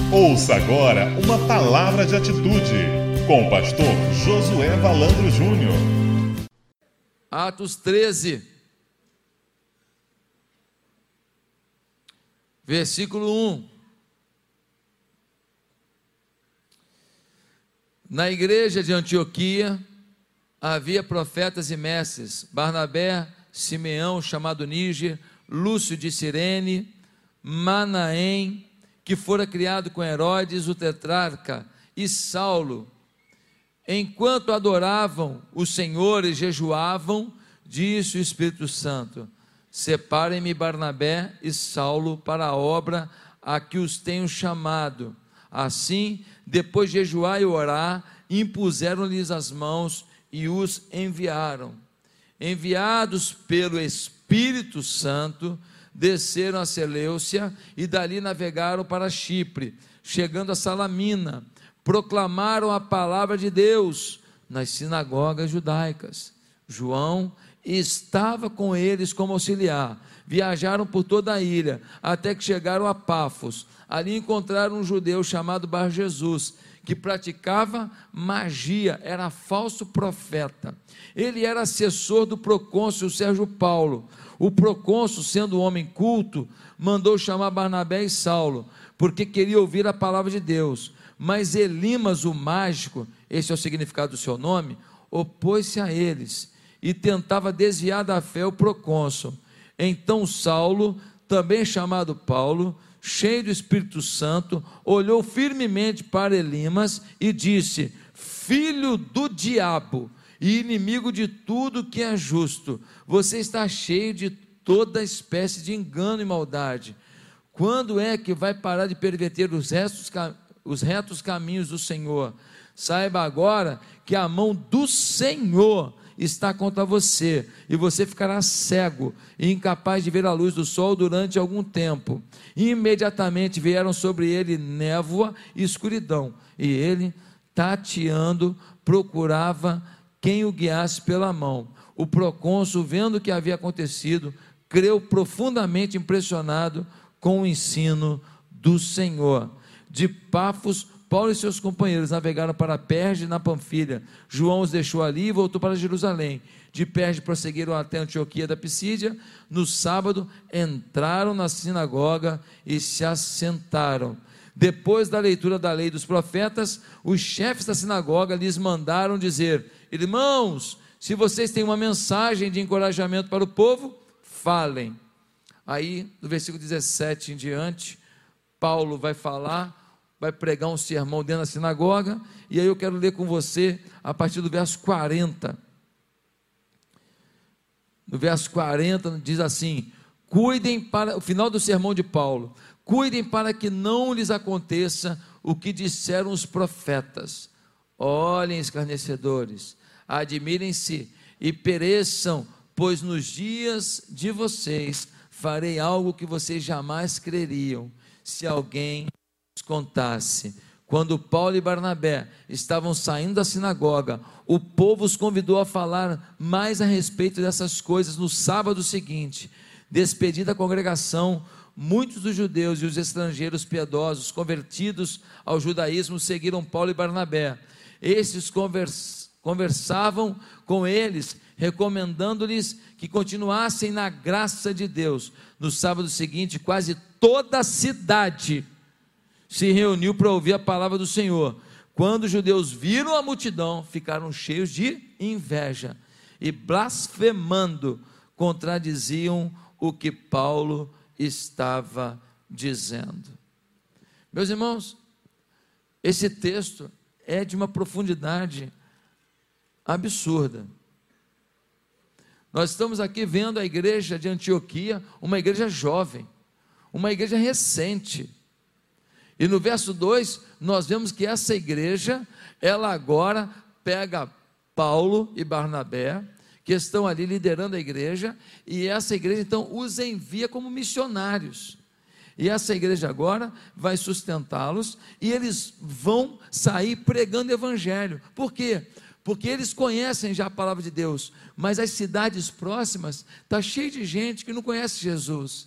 Ouça agora uma palavra de atitude com o pastor Josué Valandro Júnior. Atos 13, versículo 1. Na igreja de Antioquia havia profetas e mestres: Barnabé, Simeão, chamado Níger, Lúcio de Cirene, Manaém, que fora criado com Herodes o tetrarca, e Saulo. Enquanto adoravam o Senhor e jejuavam, disse o Espírito Santo: separem-me Barnabé e Saulo para a obra a que os tenho chamado. Assim, depois de jejuar e orar, impuseram-lhes as mãos e os enviaram. Enviados pelo Espírito Santo, desceram a Seleucia e dali navegaram para Chipre. Chegando a Salamina, proclamaram a palavra de Deus nas sinagogas judaicas. João estava com eles como auxiliar. Viajaram por toda a ilha, até que chegaram a Pafos. Ali encontraram um judeu chamado Bar-Jesus, que praticava magia, era falso profeta. Ele era assessor do procônsul Sérgio Paulo. O procônsul, sendo um homem culto, mandou chamar Barnabé e Saulo, porque queria ouvir a palavra de Deus. Mas Elimas, o mágico, esse é o significado do seu nome, opôs-se a eles e tentava desviar da fé o procônsul. Então Saulo, também chamado Paulo, cheio do Espírito Santo, olhou firmemente para Elimas e disse: filho do diabo e inimigo de tudo que é justo, você está cheio de toda espécie de engano e maldade. Quando é que vai parar de perverter os retos caminhos do Senhor? Saiba agora que a mão do Senhor está contra você, e você ficará cego e incapaz de ver a luz do sol durante algum tempo. Imediatamente vieram sobre ele névoa e escuridão, e ele, tateando, procurava quem o guiasse pela mão. O procônsul, vendo o que havia acontecido, creu profundamente impressionado com o ensino do Senhor. De Pafos, Paulo e seus companheiros navegaram para Perge, na Panfilha. João os deixou ali e voltou para Jerusalém. De Perge prosseguiram até Antioquia da Pisídia. No sábado entraram na sinagoga e se assentaram. Depois da leitura da lei dos profetas, os chefes da sinagoga lhes mandaram dizer: irmãos, se vocês têm uma mensagem de encorajamento para o povo, falem. Aí, no versículo 17 em diante, Paulo vai pregar um sermão dentro da sinagoga, e aí eu quero ler com você a partir do verso 40. No verso 40 diz assim: cuidem para, o final do sermão de Paulo, cuidem para que não lhes aconteça o que disseram os profetas. Olhem, escarnecedores, admirem-se e pereçam, pois nos dias de vocês farei algo que vocês jamais creriam, se alguém contasse. Quando Paulo e Barnabé estavam saindo da sinagoga, o povo os convidou a falar mais a respeito dessas coisas no sábado seguinte. Despedida a congregação, muitos dos judeus e os estrangeiros piedosos convertidos ao judaísmo seguiram Paulo e Barnabé. Estes conversavam com eles, recomendando-lhes que continuassem na graça de Deus. No sábado seguinte, quase toda a cidade se reuniu para ouvir a palavra do Senhor. Quando os judeus viram a multidão, ficaram cheios de inveja e, blasfemando, contradiziam o que Paulo estava dizendo. Meus irmãos, esse texto é de uma profundidade absurda. Nós estamos aqui vendo a igreja de Antioquia, uma igreja jovem, uma igreja recente. E no verso 2, nós vemos que essa igreja, ela agora pega Paulo e Barnabé, que estão ali liderando a igreja, e essa igreja então os envia como missionários. E essa igreja agora vai sustentá-los, e eles vão sair pregando o evangelho. Por quê? Porque eles conhecem já a palavra de Deus, mas as cidades próximas estão cheias de gente que não conhece Jesus.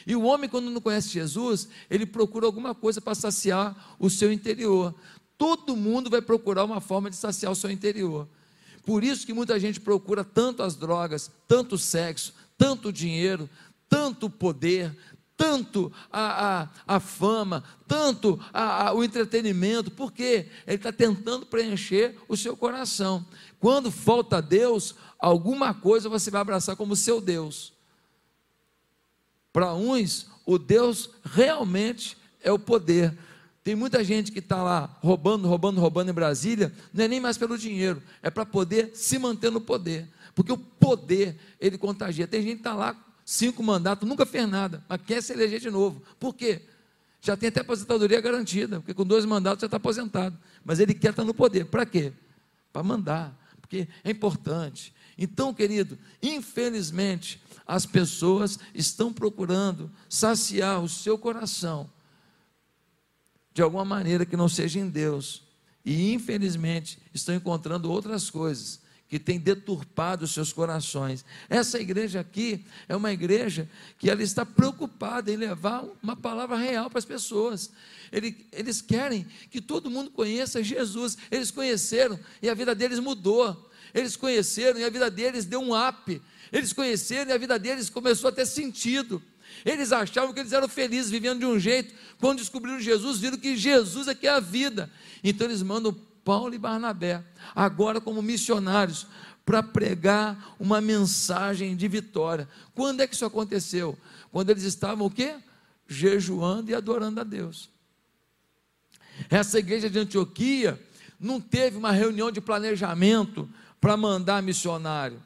E o homem, quando não conhece Jesus, ele procura alguma coisa para saciar o seu interior. Todo mundo vai procurar uma forma de saciar o seu interior. Por isso que muita gente procura tanto as drogas, tanto o sexo, tanto o dinheiro, tanto o poder, tanto a fama, tanto o entretenimento, porque ele está tentando preencher o seu coração. Quando falta Deus, alguma coisa você vai abraçar como seu Deus. Para uns, o Deus realmente é o poder. Tem muita gente que está lá roubando em Brasília, não é nem mais pelo dinheiro, é para poder se manter no poder, porque o poder, ele contagia. Tem gente que está lá, 5 mandatos, nunca fez nada, mas quer se eleger de novo. Por quê? Já tem até aposentadoria garantida, porque com 2 mandatos já está aposentado, mas ele quer estar no poder. Para quê? Para mandar, porque é importante. Então, querido, infelizmente, as pessoas estão procurando saciar o seu coração de alguma maneira que não seja em Deus, e infelizmente estão encontrando outras coisas que têm deturpado os seus corações. Essa igreja aqui é uma igreja que ela está preocupada em levar uma palavra real para as pessoas. Eles querem que todo mundo conheça Jesus. Eles conheceram e a vida deles mudou. Eles conheceram e a vida deles deu um up. Eles conheceram e a vida deles começou a ter sentido. Eles achavam que eles eram felizes, vivendo de um jeito. Quando descobriram Jesus, viram que Jesus é que é a vida. Então eles mandam Paulo e Barnabé, agora como missionários, para pregar uma mensagem de vitória. Quando é que isso aconteceu? Quando eles estavam o quê? Jejuando e adorando a Deus. Essa igreja de Antioquia não teve uma reunião de planejamento para mandar missionário.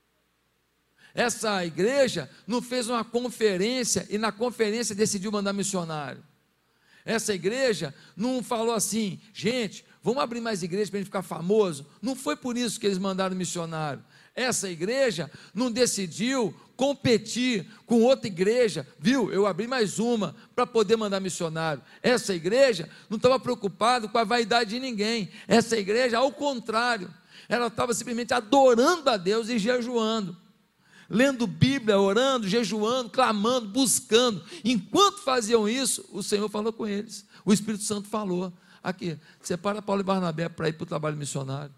Essa igreja não fez uma conferência e na conferência decidiu mandar missionário. Essa igreja não falou assim, gente, vamos abrir mais igrejas para a gente ficar famoso. Não foi por isso que eles mandaram missionário. Essa igreja não decidiu competir com outra igreja, viu? Eu abri mais uma para poder mandar missionário. Essa igreja não estava preocupada com a vaidade de ninguém. Essa igreja, ao contrário, ela estava simplesmente adorando a Deus e jejuando, lendo Bíblia, orando, jejuando, clamando, buscando. Enquanto faziam isso, o Senhor falou com eles, o Espírito Santo falou, aqui, separa Paulo e Barnabé para ir para o trabalho missionário.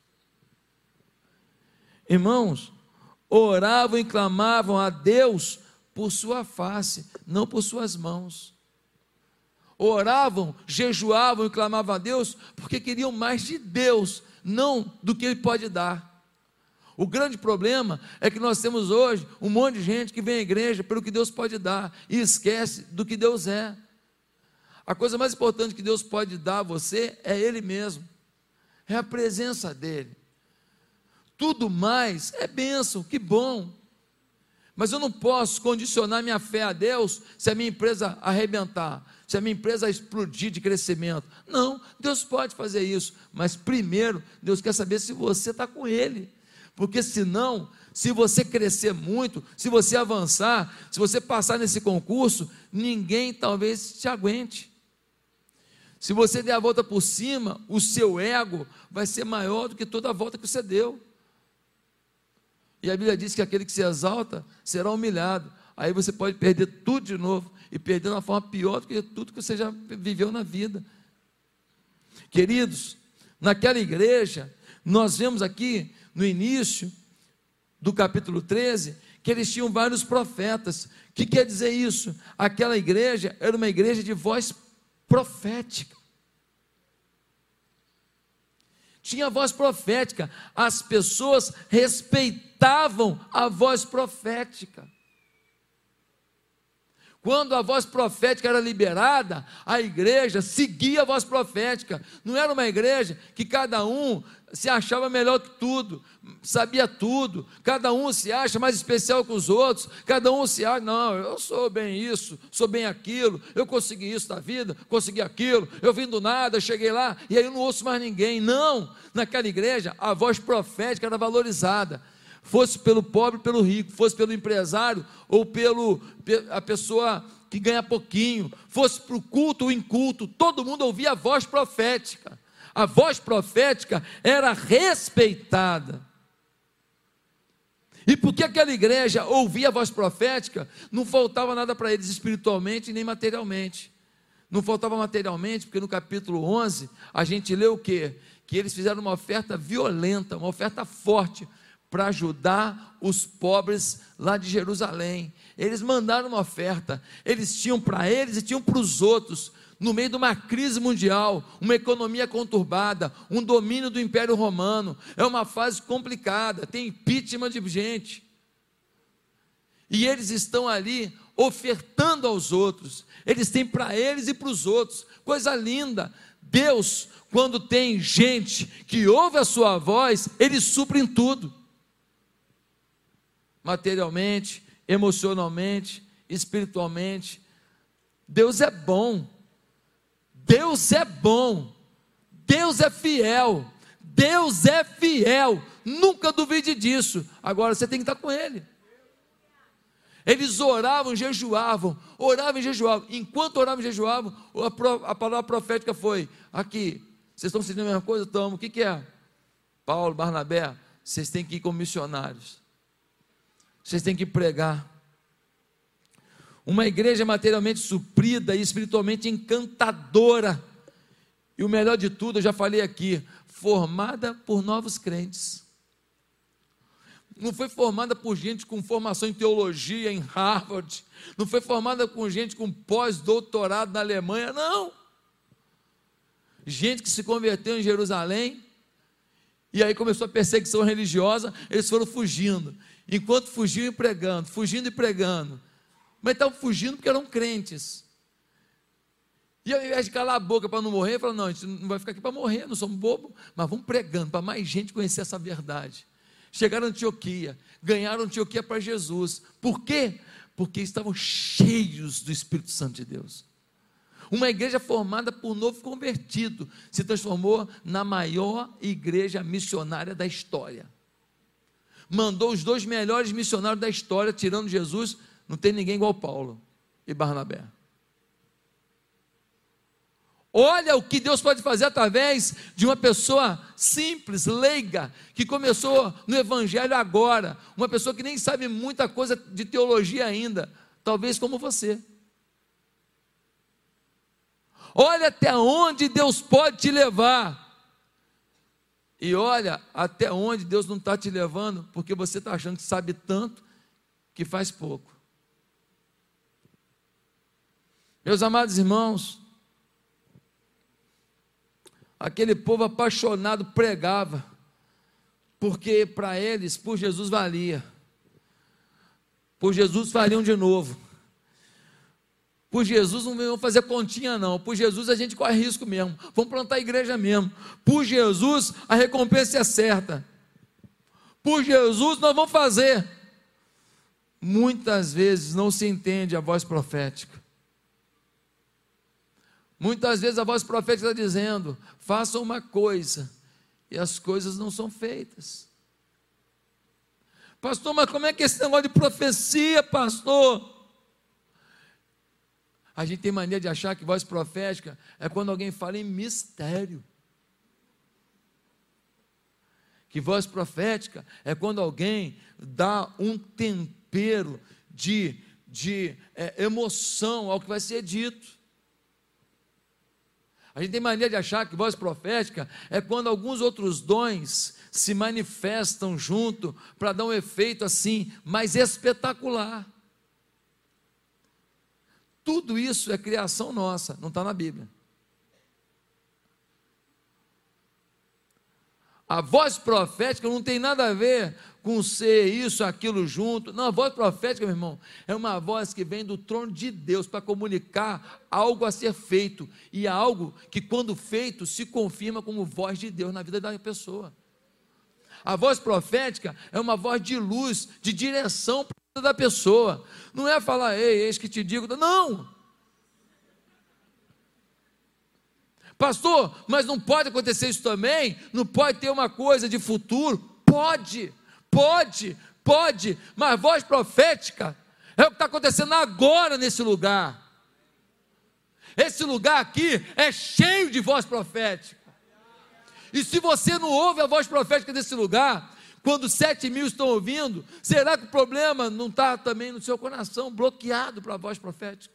Irmãos, oravam e clamavam a Deus por sua face, não por suas mãos. Oravam, jejuavam e clamavam a Deus porque queriam mais de Deus, não do que Ele pode dar. O grande problema é que nós temos hoje um monte de gente que vem à igreja pelo que Deus pode dar e esquece do que Deus é. A coisa mais importante que Deus pode dar a você é Ele mesmo, é a presença dEle. Tudo mais é bênção, que bom, mas eu não posso condicionar minha fé a Deus se a minha empresa arrebentar, se a minha empresa explodir de crescimento. Não, Deus pode fazer isso, mas primeiro Deus quer saber se você está com Ele. Porque senão, se você crescer muito, se você avançar, se você passar nesse concurso, ninguém talvez te aguente. Se você der a volta por cima, o seu ego vai ser maior do que toda a volta que você deu. E a Bíblia diz que aquele que se exalta será humilhado. Aí você pode perder tudo de novo, e perder de uma forma pior do que tudo que você já viveu na vida. Queridos, naquela igreja, nós vemos aqui, no início do capítulo 13, que eles tinham vários profetas. O que quer dizer isso? Aquela igreja era uma igreja de voz profética. Tinha voz profética. As pessoas respeitavam a voz profética. Quando a voz profética era liberada, a igreja seguia a voz profética. Não era uma igreja que cada um se achava melhor que tudo, sabia tudo, cada um se acha mais especial que os outros, cada um se acha, não, eu sou bem isso, sou bem aquilo, eu consegui isso na vida, consegui aquilo, eu vim do nada, cheguei lá, e aí eu não ouço mais ninguém. Não, naquela igreja, a voz profética era valorizada, fosse pelo pobre, pelo rico, fosse pelo empresário, ou a pessoa que ganha pouquinho, fosse para o culto ou inculto, todo mundo ouvia a voz profética. A voz profética era respeitada. E porque aquela igreja ouvia a voz profética, não faltava nada para eles espiritualmente nem materialmente. Não faltava materialmente, porque no capítulo 11, a gente lê o quê? Que eles fizeram uma oferta violenta, uma oferta forte, para ajudar os pobres lá de Jerusalém. Eles mandaram uma oferta, eles tinham para eles e tinham para os outros, no meio de uma crise mundial, uma economia conturbada, um domínio do Império Romano, é uma fase complicada, tem impeachment de gente, e eles estão ali ofertando aos outros, eles têm para eles e para os outros, coisa linda. Deus, quando tem gente que ouve a sua voz, Ele supre em tudo, materialmente, emocionalmente, espiritualmente. Deus é bom, Deus é bom, Deus é fiel, Deus é fiel, nunca duvide disso. Agora você tem que estar com Ele. Eles oravam, jejuavam, enquanto oravam e jejuavam, a palavra profética foi, aqui, vocês estão sentindo a mesma coisa? Estamos, o que é? Paulo, Barnabé, vocês têm que ir como missionários, vocês têm que pregar. Uma igreja materialmente suprida e espiritualmente encantadora, e o melhor de tudo, eu já falei aqui, formada por novos crentes. Não foi formada por gente com formação em teologia em Harvard, não foi formada por gente com pós-doutorado na Alemanha, não. Gente que se converteu em Jerusalém, e aí começou a perseguição religiosa, eles foram fugindo, enquanto fugiam e pregando, fugindo e pregando, mas estavam fugindo porque eram crentes, e ao invés de calar a boca para não morrer, falaram, não, a gente não vai ficar aqui para morrer, não somos bobos, mas vamos pregando, para mais gente conhecer essa verdade. Chegaram a Antioquia, ganharam Antioquia para Jesus, por quê? Porque estavam cheios do Espírito Santo de Deus. Uma igreja formada por novo convertido, se transformou na maior igreja missionária da história, mandou os 2 melhores missionários da história, tirando Jesus, não tem ninguém igual Paulo e Barnabé. Olha o que Deus pode fazer através de uma pessoa simples, leiga, que começou no Evangelho agora, uma pessoa que nem sabe muita coisa de teologia ainda, talvez como você. Olha até onde Deus pode te levar, e olha até onde Deus não está te levando, porque você está achando que sabe tanto, que faz pouco. Meus amados irmãos, aquele povo apaixonado pregava, porque para eles, por Jesus valia, por Jesus fariam de novo, por Jesus não vão fazer continha não, por Jesus a gente corre risco mesmo, vamos plantar a igreja mesmo, por Jesus a recompensa é certa, por Jesus nós vamos fazer. Muitas vezes não se entende a voz profética. Muitas vezes a voz profética está dizendo, façam uma coisa, e as coisas não são feitas. Pastor, mas como é que é esse negócio de profecia, pastor? A gente tem mania de achar que voz profética é quando alguém fala em mistério. Que voz profética é quando alguém dá um tempero de emoção ao que vai ser dito. A gente tem mania de achar que voz profética é quando alguns outros dons se manifestam junto para dar um efeito assim, mais espetacular. Tudo isso é criação nossa, não está na Bíblia. A voz profética não tem nada a ver com ser isso, aquilo junto. Não, a voz profética, meu irmão, é uma voz que vem do trono de Deus para comunicar algo a ser feito, e é algo que quando feito se confirma como voz de Deus na vida da pessoa. A voz profética é uma voz de luz, de direção para a vida da pessoa. Não é falar, ei, eis que te digo, não. Pastor, mas não pode acontecer isso também? Não pode ter uma coisa de futuro? Pode, mas voz profética é o que está acontecendo agora nesse lugar. Esse lugar aqui é cheio de voz profética, e se você não ouve a voz profética desse lugar, quando 7.000 estão ouvindo? Será que o problema não está também no seu coração, bloqueado para a voz profética?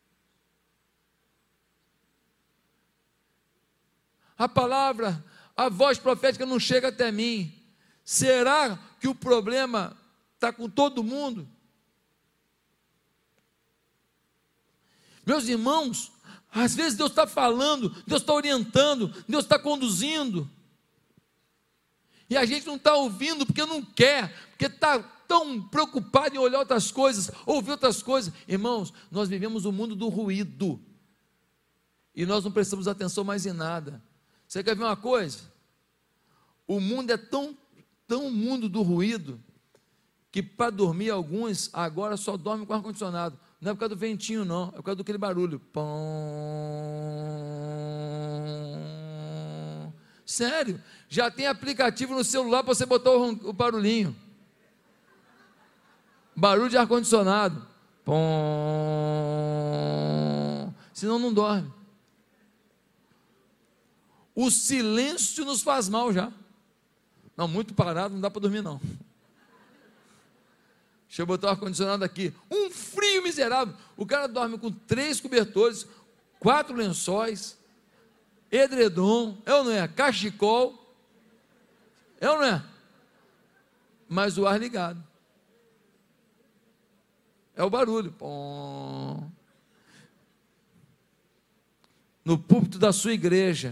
A palavra, a voz profética não chega até mim. Será que o problema está com todo mundo? Meus irmãos, às vezes Deus está falando, Deus está orientando, Deus está conduzindo, e a gente não está ouvindo porque não quer, porque está tão preocupado em olhar outras coisas, ouvir outras coisas. Irmãos, nós vivemos um mundo do ruído, e nós não prestamos atenção mais em nada. Você quer ver uma coisa? O mundo é tão mundo do ruído, que para dormir alguns agora só dormem com ar-condicionado. Não é por causa do ventinho, não, é por causa daquele barulho. Pão. Sério, já tem aplicativo no celular para você botar o barulhinho. Barulho de ar-condicionado. Senão não dorme. O silêncio nos faz mal já. Não, muito parado, não dá para dormir não. Deixa eu botar o ar-condicionado aqui. Um frio miserável. O cara dorme com 3 cobertores, 4 lençóis, edredom, é ou não é? Cachecol, é ou não é? Mas o ar ligado. É o barulho. No púlpito da sua igreja,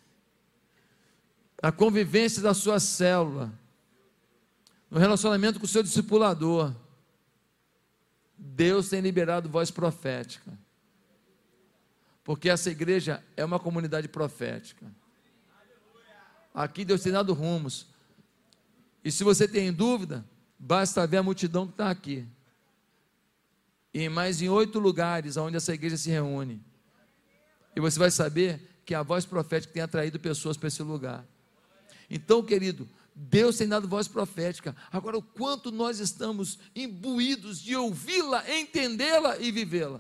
na convivência da sua célula, no relacionamento com o seu discipulador, Deus tem liberado voz profética, porque essa igreja é uma comunidade profética. Aqui Deus tem dado rumos, e se você tem dúvida, basta ver a multidão que está aqui, e mais em 8 lugares onde essa igreja se reúne, e você vai saber que a voz profética tem atraído pessoas para esse lugar. Então, querido, Deus tem dado voz profética. Agora, o quanto nós estamos imbuídos de ouvi-la, entendê-la e vivê-la.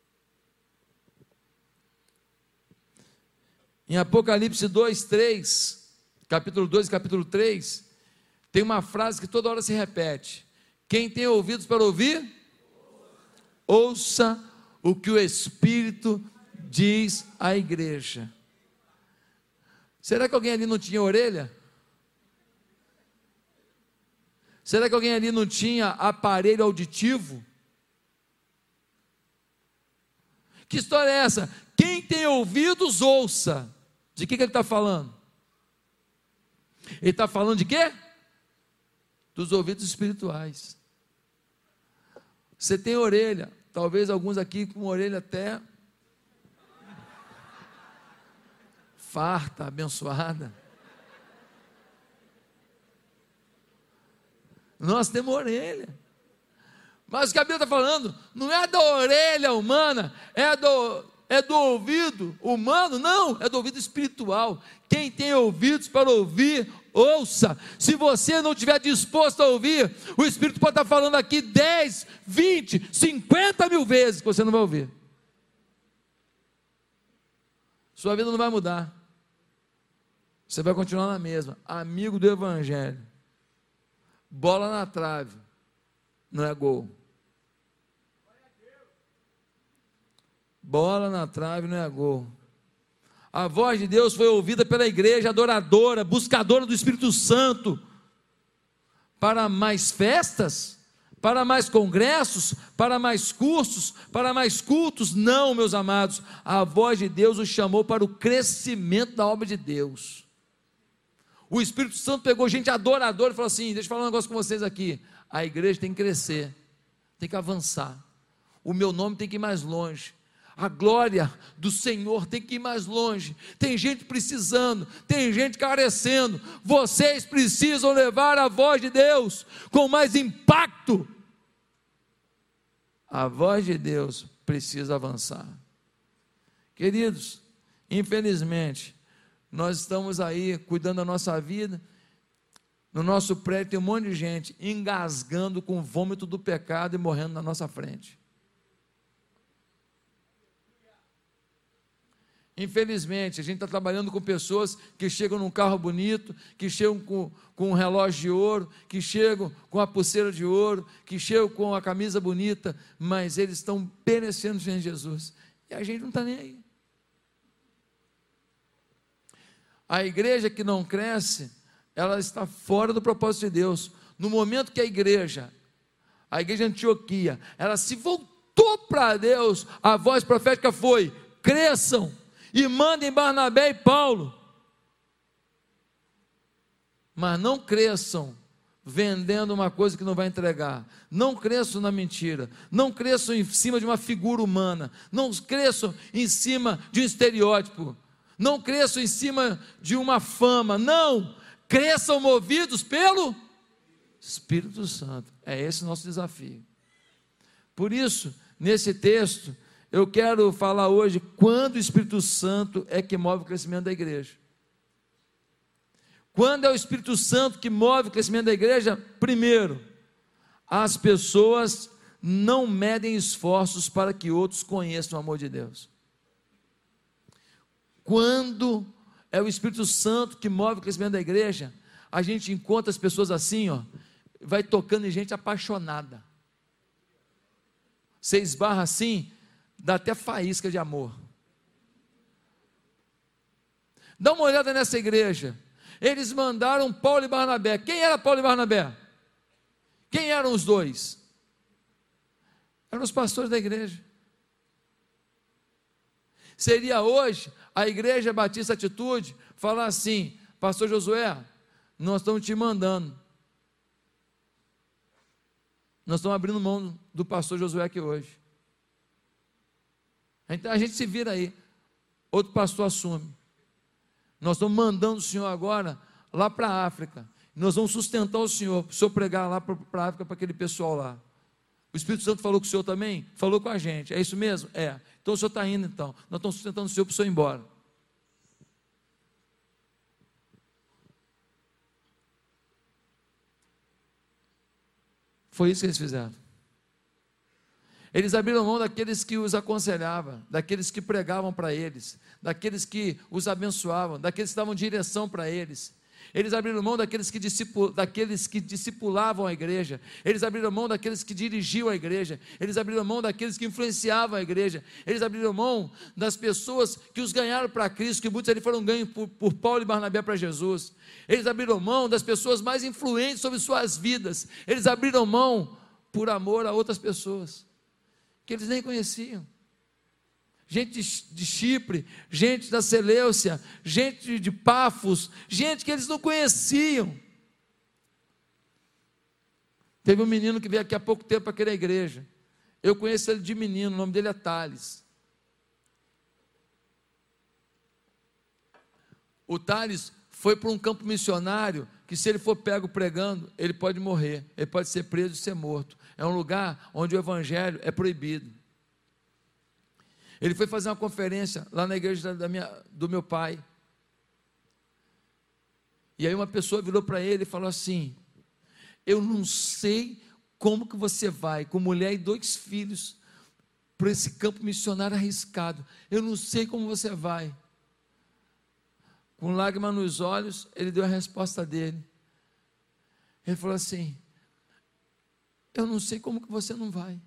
Em Apocalipse 2, 3, capítulo 2 e capítulo 3, tem uma frase que toda hora se repete: quem tem ouvidos para ouvir, ouça o que o Espírito diz à igreja. Será que alguém ali não tinha orelha? Será que alguém ali não tinha aparelho auditivo? Que história é essa? Quem tem ouvidos, ouça. De que ele está falando? Ele está falando de quê? Dos ouvidos espirituais. Você tem orelha, talvez alguns aqui com orelha até farta, abençoada. Nós temos orelha, mas o que a Bíblia está falando não é da orelha humana, é do ouvido humano, não, é do ouvido espiritual. Quem tem ouvidos para ouvir, ouça. Se você não estiver disposto a ouvir, o Espírito pode estar falando aqui 10, 20, 50 mil vezes que você não vai ouvir. Sua vida não vai mudar, você vai continuar na mesma, amigo do Evangelho. Bola na trave, não é gol. Bola na trave não é gol. A voz de Deus foi ouvida pela igreja adoradora, buscadora do Espírito Santo, para mais festas, para mais congressos, para mais cursos, para mais cultos. Não, meus amados, a voz de Deus os chamou para o crescimento da obra de Deus. O Espírito Santo pegou gente adoradora e falou assim: deixa eu falar um negócio com vocês aqui, a igreja tem que crescer, tem que avançar, o meu nome tem que ir mais longe, a glória do Senhor tem que ir mais longe, tem gente precisando, tem gente carecendo, vocês precisam levar a voz de Deus com mais impacto. A voz de Deus precisa avançar. Queridos, infelizmente, nós estamos aí cuidando da nossa vida, no nosso prédio tem um monte de gente engasgando com o vômito do pecado e morrendo na nossa frente. Infelizmente, a gente está trabalhando com pessoas que chegam num carro bonito, que chegam com um relógio de ouro, que chegam com a pulseira de ouro, que chegam com a camisa bonita, mas eles estão perecendo sem Jesus. E a gente não está nem aí. A igreja que não cresce, ela está fora do propósito de Deus. No momento que a igreja de Antioquia, ela se voltou para Deus, a voz profética foi: cresçam e mandem Barnabé e Paulo. Mas não cresçam vendendo uma coisa que não vai entregar, não cresçam na mentira, não cresçam em cima de uma figura humana, não cresçam em cima de um estereótipo, não cresçam em cima de uma fama, não, cresçam movidos pelo Espírito Santo. É esse o nosso desafio. Por isso, nesse texto, eu quero falar hoje quando o Espírito Santo é que move o crescimento da igreja. Quando é o Espírito Santo que move o crescimento da igreja? Primeiro, as pessoas não medem esforços para que outros conheçam o amor de Deus. Quando é o Espírito Santo que move o crescimento da igreja, a gente encontra as pessoas assim, ó, vai tocando em gente apaixonada. Você esbarra assim, dá até faísca de amor. Dá uma olhada nessa igreja. Eles mandaram Paulo e Barnabé. Quem era Paulo e Barnabé? Quem eram os dois? Eram os pastores da igreja. Seria hoje a Igreja Batista Atitude falar assim: pastor Josué, nós estamos te mandando. Nós estamos abrindo mão do pastor Josué aqui hoje. Então a gente se vira aí, outro pastor assume. Nós estamos mandando o senhor agora lá para a África. Nós vamos sustentar o senhor pregar lá para a África, para aquele pessoal lá. O Espírito Santo falou com o senhor também? Falou com a gente, é isso mesmo? É. Então o senhor está indo então. Nós estamos sustentando o senhor para o senhor ir embora. Foi isso que eles fizeram. Eles abriram mão daqueles que os aconselhavam, daqueles que pregavam para eles, daqueles que os abençoavam, daqueles que davam direção para eles. Eles abriram mão daqueles que discipulavam a igreja. Eles abriram mão daqueles que dirigiam a igreja. Eles abriram mão daqueles que influenciavam a igreja. Eles abriram mão das pessoas que os ganharam para Cristo, que muitos ali foram ganhos por Paulo e Barnabé para Jesus. Eles abriram mão das pessoas mais influentes sobre suas vidas. Eles abriram mão por amor a outras pessoas que eles nem conheciam. Gente de Chipre, gente da Seleucia, gente de Pafos, gente que eles não conheciam. Teve um menino que veio aqui há pouco tempo para aquela igreja. Eu conheço ele de menino, o nome dele é Thales. O Thales foi para um campo missionário que, se ele for pego pregando, ele pode morrer, ele pode ser preso e ser morto. É um lugar onde o evangelho é proibido. Ele foi fazer uma conferência lá na igreja do meu pai. E aí uma pessoa virou para ele e falou assim: eu não sei como que você vai, com mulher e 2 filhos, para esse campo missionário arriscado. Eu não sei como você vai. Com lágrimas nos olhos, ele deu a resposta dele. Ele falou assim: eu não sei como que você não vai.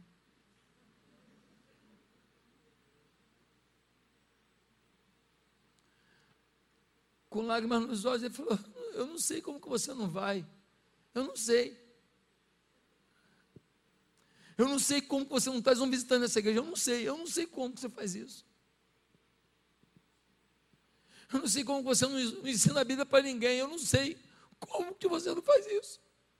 Com lágrimas nos olhos, ele falou: eu não sei como que você não vai. Eu não sei. Eu não sei como que você não está visitando essa igreja. Eu não sei como que você faz isso. Eu não sei como que você não ensina a Bíblia para ninguém. Eu não sei como que você não faz isso.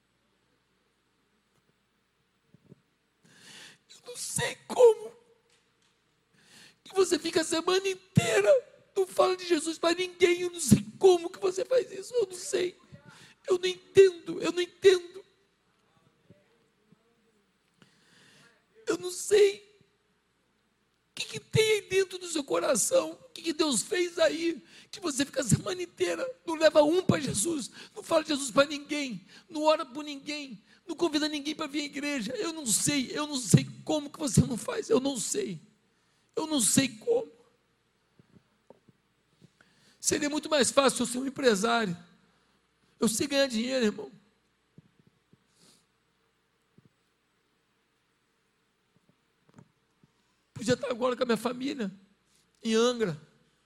Eu não sei como que você fica a semana inteira, não fala de Jesus para ninguém. Eu não sei como que você faz isso. Eu não sei. Eu não entendo. Eu não sei o que tem aí dentro do seu coração. O que Deus fez aí, que você fica a semana inteira, não leva um para Jesus, não fala de Jesus para ninguém, não ora por ninguém, não convida ninguém para vir à igreja. Eu não sei como que você não faz. Eu não sei como. Seria muito mais fácil eu ser um empresário. Eu sei ganhar dinheiro, irmão. Podia estar agora com a minha família, em Angra.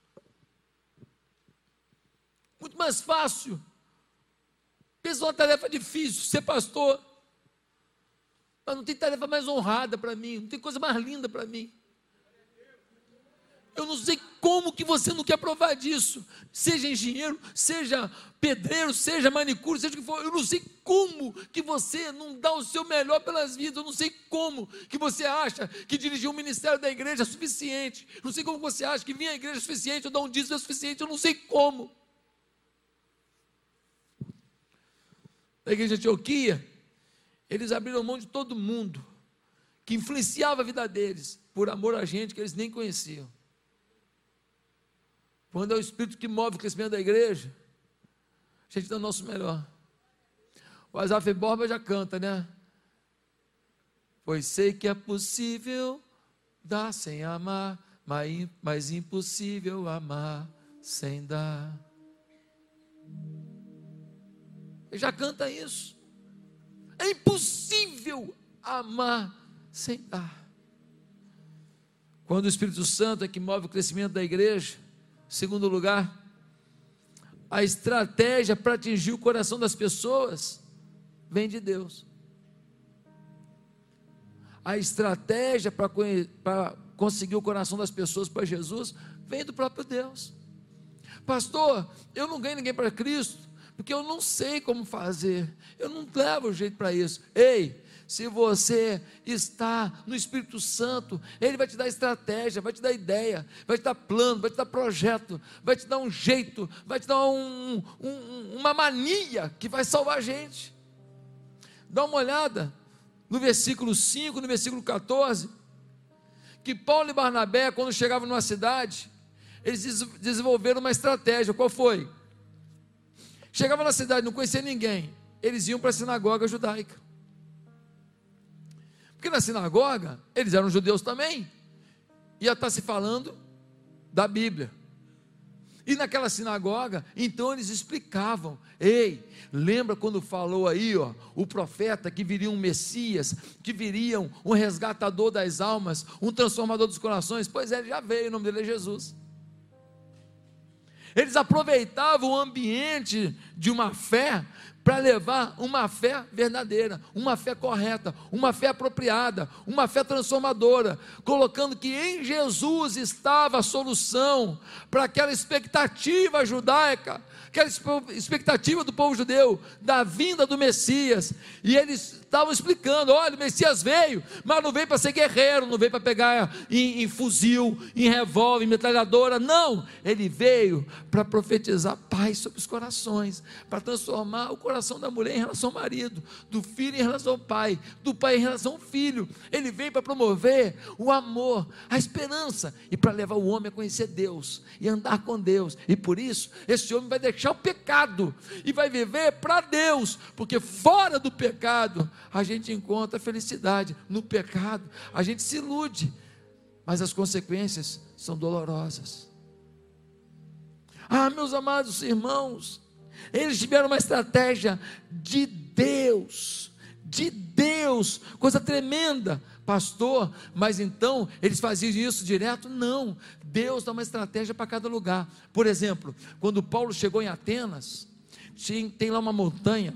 Muito mais fácil. Pensa uma tarefa difícil, ser pastor. Mas não tem tarefa mais honrada para mim, não tem coisa mais linda para mim. Eu não sei como que você não quer provar disso. Seja engenheiro, seja pedreiro, seja manicure, seja o que for. Eu não sei como que você não dá o seu melhor pelas vidas. Eu não sei como que você acha que dirigir um ministério da igreja é suficiente. Eu não sei como você acha que vir à igreja é suficiente, ou dar um dízimo é suficiente. Eu não sei como. Da igreja de Antioquia, eles abriram mão de todo mundo que influenciava a vida deles, por amor a gente que eles nem conheciam. Quando é o Espírito que move o crescimento da igreja, a gente dá o nosso melhor. O Asaf Borba já canta, né? Pois sei que é possível dar sem amar, mas impossível amar sem dar. Ele já canta isso. É impossível amar sem dar. Quando o Espírito Santo é que move o crescimento da igreja, segundo lugar, a estratégia para atingir o coração das pessoas vem de Deus. A estratégia para conseguir o coração das pessoas para Jesus vem do próprio Deus. Pastor, eu não ganho ninguém para Cristo, porque eu não sei como fazer, eu não levo jeito para isso. Ei, se você está no Espírito Santo, Ele vai te dar estratégia, vai te dar ideia, vai te dar plano, vai te dar projeto, vai te dar um jeito, vai te dar uma mania que vai salvar a gente. Dá uma olhada no versículo 5, no versículo 14, que Paulo e Barnabé, quando chegavam numa cidade, eles desenvolveram uma estratégia. Qual foi? Chegavam na cidade, não conhecia ninguém, eles iam para a sinagoga judaica. Porque na sinagoga, eles eram judeus também, ia estar se falando da Bíblia. E naquela sinagoga, então eles explicavam: ei, lembra quando falou aí, ó, o profeta que viria um Messias, que viria um resgatador das almas, um transformador dos corações? Pois é, ele já veio, o nome dele é Jesus. Eles aproveitavam o ambiente de uma fé para levar uma fé verdadeira, uma fé correta, uma fé apropriada, uma fé transformadora, colocando que em Jesus estava a solução para aquela expectativa judaica, aquela expectativa do povo judeu, da vinda do Messias. E eles estavam explicando: olha, o Messias veio, mas não veio para ser guerreiro, não veio para pegar em fuzil, em revólver, em metralhadora, não, ele veio para profetizar paz sobre os corações, para transformar o coração da mulher em relação ao marido, do filho em relação ao pai, do pai em relação ao filho. Ele veio para promover o amor, a esperança, e para levar o homem a conhecer Deus e andar com Deus. E por isso esse homem vai deixar o pecado e vai viver para Deus, porque fora do pecado a gente encontra felicidade. No pecado a gente se ilude, mas as consequências são dolorosas. Ah, meus amados irmãos, eles tiveram uma estratégia de Deus, coisa tremenda. Pastor, mas então eles faziam isso direto? Não, Deus dá uma estratégia para cada lugar. Por exemplo, quando Paulo chegou em Atenas, tem lá uma montanha,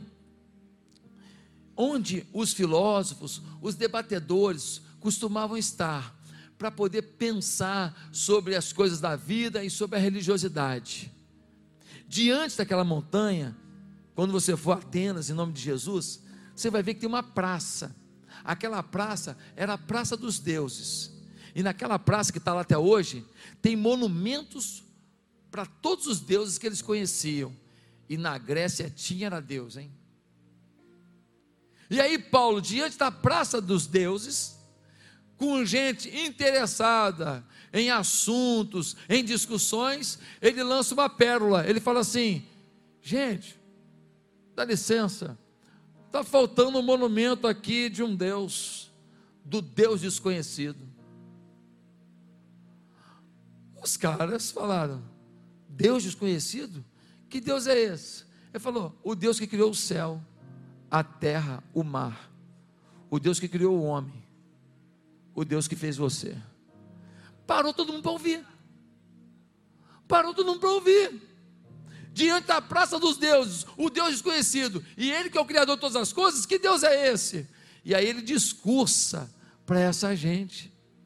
onde os filósofos, os debatedores costumavam estar, para poder pensar sobre as coisas da vida e sobre a religiosidade. Diante daquela montanha, quando você for a Atenas, em nome de Jesus, você vai ver que tem uma praça. Aquela praça era a Praça dos Deuses, e naquela praça que está lá até hoje, tem monumentos para todos os deuses que eles conheciam. E na Grécia era Deus, hein? E aí Paulo, diante da Praça dos Deuses, com gente interessada em assuntos, em discussões, ele lança uma pérola. Ele fala assim: gente, dá licença, está faltando um monumento aqui de um Deus, do Deus desconhecido. Os caras falaram: Deus desconhecido? Que Deus é esse? Ele falou: o Deus que criou o céu, a terra, o mar, o Deus que criou o homem, o Deus que fez você. Parou todo mundo para ouvir. Parou todo mundo para ouvir. Diante da praça dos deuses, o Deus desconhecido, e Ele que é o Criador de todas as coisas, que Deus é esse? E aí ele discursa para essa gente.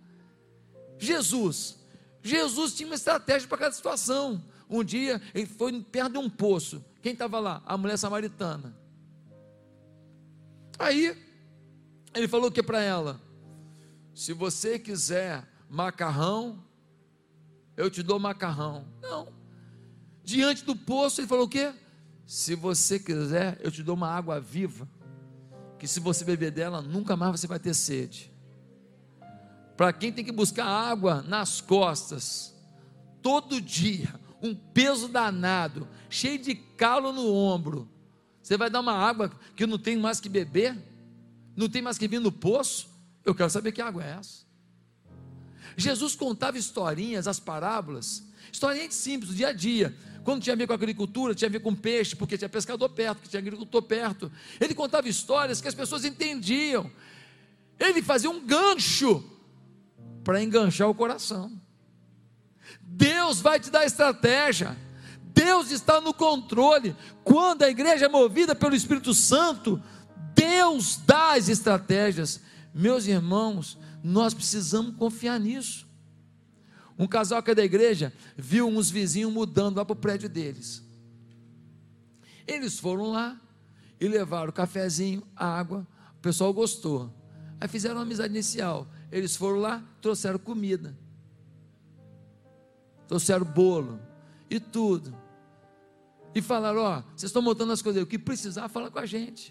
Jesus tinha uma estratégia para cada situação. Um dia ele foi perto de um poço. Quem estava lá? A mulher samaritana. Aí ele falou o que para ela? Se você quiser macarrão, eu te dou macarrão. Não. Diante do poço ele falou o quê? Se você quiser, eu te dou uma água viva, que se você beber dela, nunca mais você vai ter sede. Para quem tem que buscar água nas costas, todo dia, um peso danado, cheio de calo no ombro, você vai dar uma água que não tem mais que beber? Não tem mais que vir no poço? Eu quero saber que água é essa. Jesus contava historinhas, as parábolas, historinhas simples, do dia a dia. Quando tinha a ver com agricultura, tinha a ver com peixe, porque tinha pescador perto, porque tinha agricultor perto. Ele contava histórias que as pessoas entendiam. Ele fazia um gancho para enganchar o coração. Deus vai te dar estratégia. Deus está no controle. Quando a igreja é movida pelo Espírito Santo, Deus dá as estratégias. Meus irmãos, nós precisamos confiar nisso. Um casal que é da igreja viu uns vizinhos mudando lá para o prédio deles. Eles foram lá e levaram o cafezinho, a água. O pessoal gostou. Aí fizeram uma amizade inicial. Eles foram lá, trouxeram comida, trouxeram bolo e tudo. E falaram: ó, vocês estão montando as coisas aí, o que precisar, fala com a gente.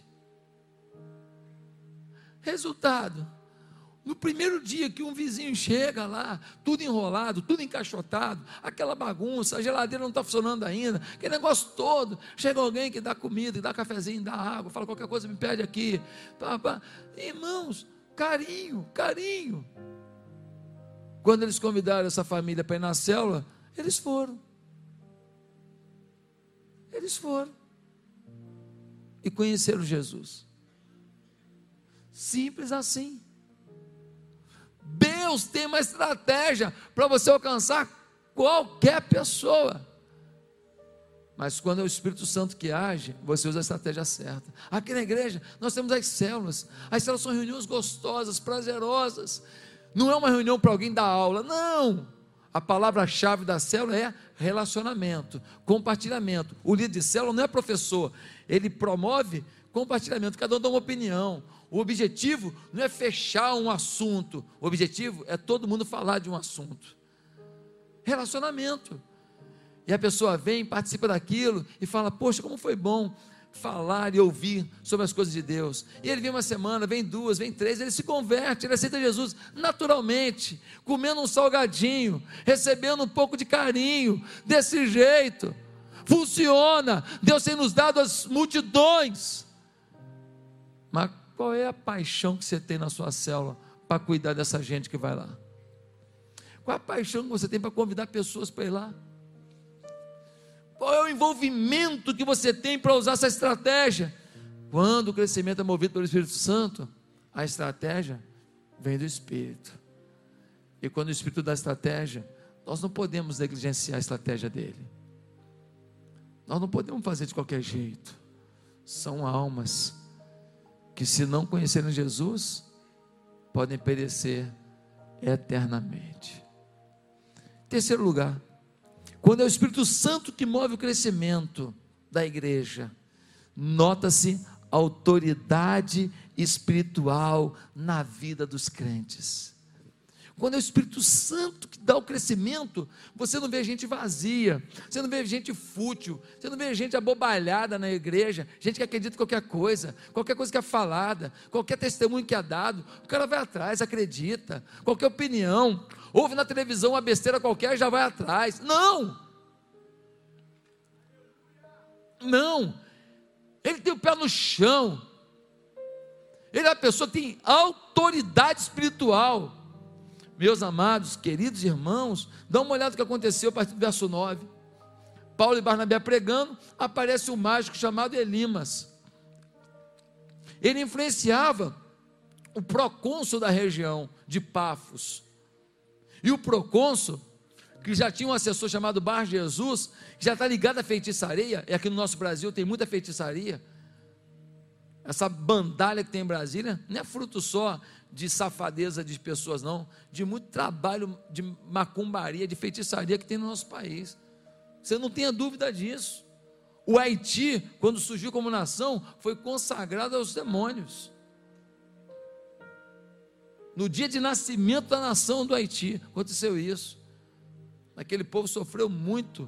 Resultado: no primeiro dia que um vizinho chega lá, tudo enrolado, tudo encaixotado, aquela bagunça, a geladeira não está funcionando ainda, aquele negócio todo, chega alguém que dá comida, que dá cafezinho, dá água, fala: qualquer coisa me pede aqui. Irmãos, carinho. Quando eles convidaram essa família para ir na célula, eles foram. E conheceram Jesus. Simples assim. Deus tem uma estratégia para você alcançar qualquer pessoa. Mas quando é o Espírito Santo que age, você usa a estratégia certa. Aqui na igreja nós temos as células. As células são reuniões gostosas, prazerosas. Não é uma reunião para alguém dar aula, não. A palavra-chave da célula é relacionamento, compartilhamento. O líder de célula não é professor, ele promove compartilhamento, cada um dá uma opinião. O objetivo não é fechar um assunto, o objetivo é todo mundo falar de um assunto. Relacionamento. E a pessoa vem, participa daquilo e fala: poxa, como foi bom falar e ouvir sobre as coisas de Deus. E ele vem uma semana, vem duas, vem três, ele se converte, ele aceita Jesus naturalmente, comendo um salgadinho, recebendo um pouco de carinho, desse jeito. Funciona. Deus tem nos dado as multidões. Mas qual é a paixão que você tem na sua célula para cuidar dessa gente que vai lá? Qual é a paixão que você tem para convidar pessoas para ir lá? Qual é o envolvimento que você tem para usar essa estratégia? Quando o crescimento é movido pelo Espírito Santo, a estratégia vem do Espírito. E quando o Espírito dá a estratégia, nós não podemos negligenciar a estratégia dele. Nós não podemos fazer de qualquer jeito. São almas que, se não conhecerem Jesus, podem perecer eternamente. Terceiro lugar, quando é o Espírito Santo que move o crescimento da igreja, nota-se a autoridade espiritual na vida dos crentes. Quando é o Espírito Santo que dá o crescimento, você não vê gente vazia, você não vê gente fútil, você não vê gente abobalhada na igreja, gente que acredita em qualquer coisa que é falada, qualquer testemunho que é dado, o cara vai atrás, acredita, qualquer opinião, ouve na televisão uma besteira qualquer e já vai atrás. Não, ele tem o pé no chão, ele é a pessoa que tem autoridade espiritual. Meus amados, queridos irmãos, dá uma olhada no que aconteceu a partir do verso 9. Paulo e Barnabé pregando, aparece um mágico chamado Elimas. Ele influenciava o procônsul da região de Pafos. E o procônsul, que já tinha um assessor chamado Bar Jesus, que já está ligado à feitiçaria, e aqui no nosso Brasil tem muita feitiçaria. Essa bandalha que tem em Brasília, não é fruto só de safadeza de pessoas, não, de muito trabalho de macumbaria, de feitiçaria que tem no nosso país. Você não tenha dúvida disso. O Haiti, quando surgiu como nação, foi consagrado aos demônios. No dia de nascimento da nação do Haiti, aconteceu isso. Aquele povo sofreu muito.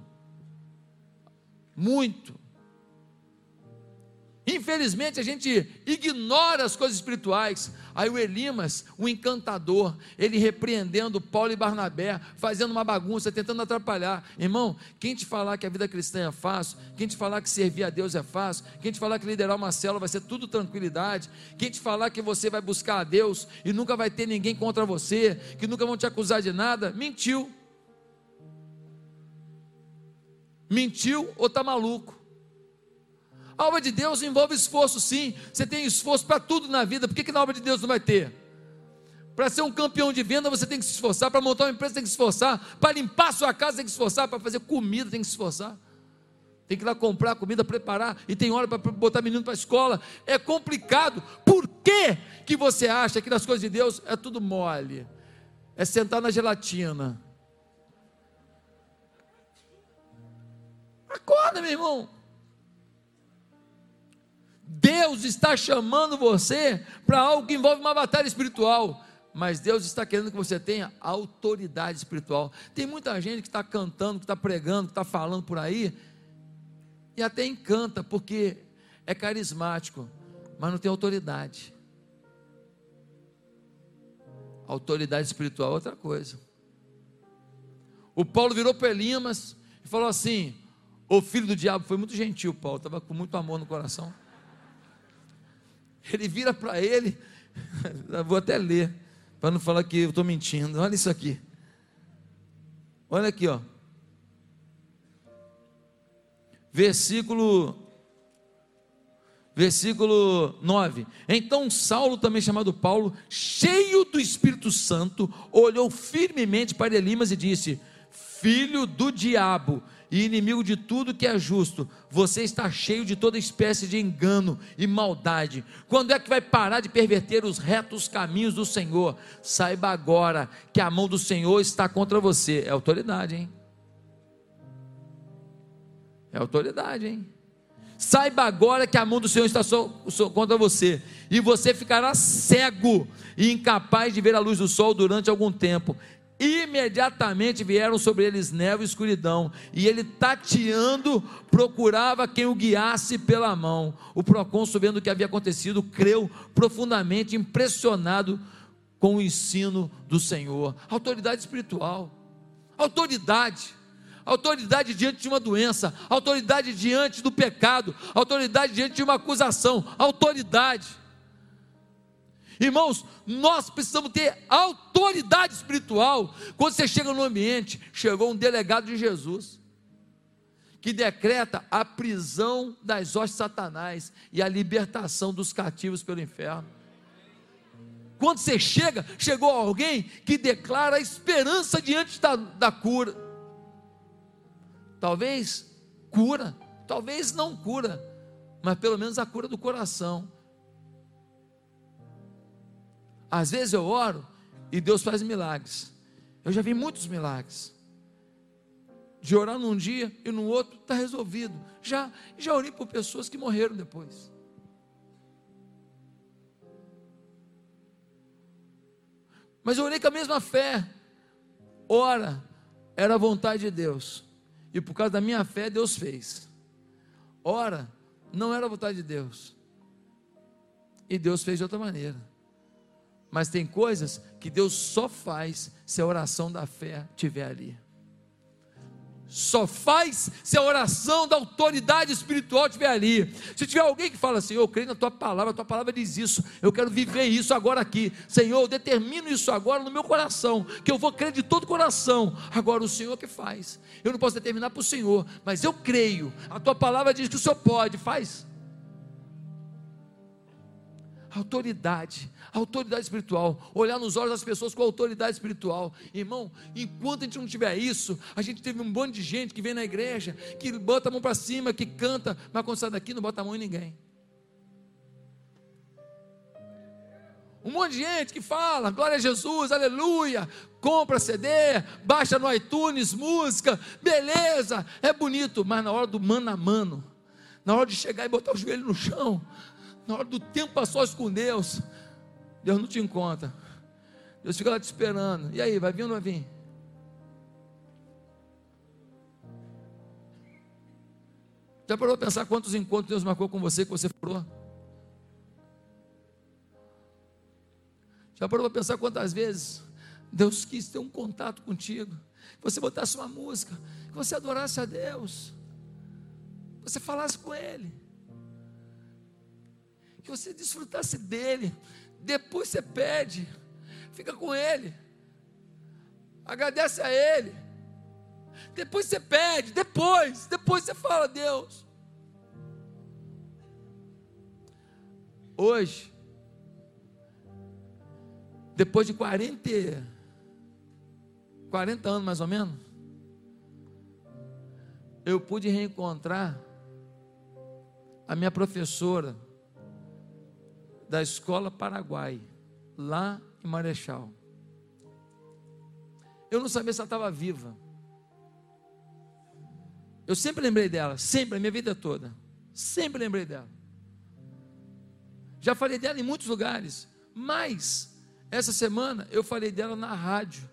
Muito. Infelizmente a gente ignora as coisas espirituais. Aí o Elimas, o encantador, ele repreendendo Paulo e Barnabé, fazendo uma bagunça, tentando atrapalhar. Irmão, quem te falar que a vida cristã é fácil, quem te falar que servir a Deus é fácil, quem te falar que liderar uma célula vai ser tudo tranquilidade, quem te falar que você vai buscar a Deus e nunca vai ter ninguém contra você, que nunca vão te acusar de nada, mentiu. Mentiu ou está maluco? A obra de Deus envolve esforço, sim. Você tem esforço para tudo na vida. Por que na obra de Deus não vai ter? Para ser um campeão de venda você tem que se esforçar. Para montar uma empresa tem que se esforçar. Para limpar a sua casa tem que se esforçar. Para fazer comida tem que se esforçar. Tem que ir lá comprar comida, preparar. E tem hora para botar menino para a escola. É complicado. Por que você acha que nas coisas de Deus é tudo mole? É sentar na gelatina. Acorda, meu irmão. Deus está chamando você para algo que envolve uma batalha espiritual, mas Deus está querendo que você tenha autoridade espiritual. Tem muita gente que está cantando, que está pregando, que está falando por aí, e até encanta, porque é carismático, mas não tem autoridade. Autoridade espiritual é outra coisa. O Paulo virou para Elimas e falou assim: o filho do diabo, foi muito gentil, Paulo, estava com muito amor no coração. Ele vira para ele, eu vou até ler, para não falar que eu estou mentindo. Olha isso aqui, olha aqui, ó. Versículo 9. Então Saulo, também chamado Paulo, cheio do Espírito Santo, olhou firmemente para Elimas e disse: filho do diabo e inimigo de tudo que é justo, você está cheio de toda espécie de engano e maldade. Quando é que vai parar de perverter os retos caminhos do Senhor? Saiba agora que a mão do Senhor está contra você. É autoridade, hein? É autoridade, hein? Saiba agora que a mão do Senhor está contra você, e você ficará cego e incapaz de ver a luz do sol durante algum tempo. Imediatamente vieram sobre eles névoa e escuridão, e ele, tateando, procurava quem o guiasse pela mão. O procônsul, vendo o que havia acontecido, creu, profundamente impressionado com o ensino do Senhor. Autoridade espiritual, autoridade diante de uma doença, autoridade diante do pecado, autoridade diante de uma acusação, autoridade. Irmãos, nós precisamos ter autoridade espiritual. Quando você chega no ambiente, chegou um delegado de Jesus, que decreta a prisão das hostes de Satanás e a libertação dos cativos pelo inferno. Quando você chegou alguém que declara a esperança diante da cura. Talvez cura, talvez não cura, mas pelo menos a cura do coração. Às vezes eu oro e Deus faz milagres. Eu já vi muitos milagres. De orar num dia e no outro está resolvido. Já orei por pessoas que morreram depois. Mas eu orei com a mesma fé. Ora, era a vontade de Deus. E por causa da minha fé, Deus fez. Ora, não era a vontade de Deus. E Deus fez de outra maneira. Mas tem coisas que Deus só faz se a oração da fé estiver ali. Só faz se a oração da autoridade espiritual estiver ali. Se tiver alguém que fala assim, eu creio na tua palavra, a tua palavra diz isso, eu quero viver isso agora aqui, Senhor, eu determino isso agora no meu coração, que eu vou crer de todo o coração. Agora o Senhor que faz, eu não posso determinar para o Senhor, mas eu creio, a tua palavra diz que o Senhor pode, faz. Autoridade espiritual, olhar nos olhos das pessoas com autoridade espiritual. Irmão, enquanto a gente não tiver isso, a gente teve um monte de gente que vem na igreja, que bota a mão para cima, que canta, mas quando sai daqui não bota a mão em ninguém. Um monte de gente que fala, glória a Jesus, aleluia, compra CD, baixa no iTunes, música, beleza, é bonito, mas na hora do mano a mano, na hora de chegar e botar o joelho no chão, na hora do tempo a sós com Deus, Deus não te encontra. Deus fica lá te esperando. E aí, vai vir ou não vai vir? Já parou para pensar quantos encontros Deus marcou com você que você furou? Já parou para pensar quantas vezes Deus quis ter um contato contigo, que você botasse uma música, que você adorasse a Deus, que você falasse com Ele, que você desfrutasse dele, depois você pede, fica com ele, agradece a ele, depois você pede, depois você fala, Deus. Hoje, depois de 40 anos mais ou menos, eu pude reencontrar a minha professora da Escola Paraguai, lá em Marechal. Eu não sabia se ela estava viva. Eu sempre lembrei dela, sempre, a minha vida toda, sempre lembrei dela. Já falei dela em muitos lugares, mas essa semana eu falei dela na rádio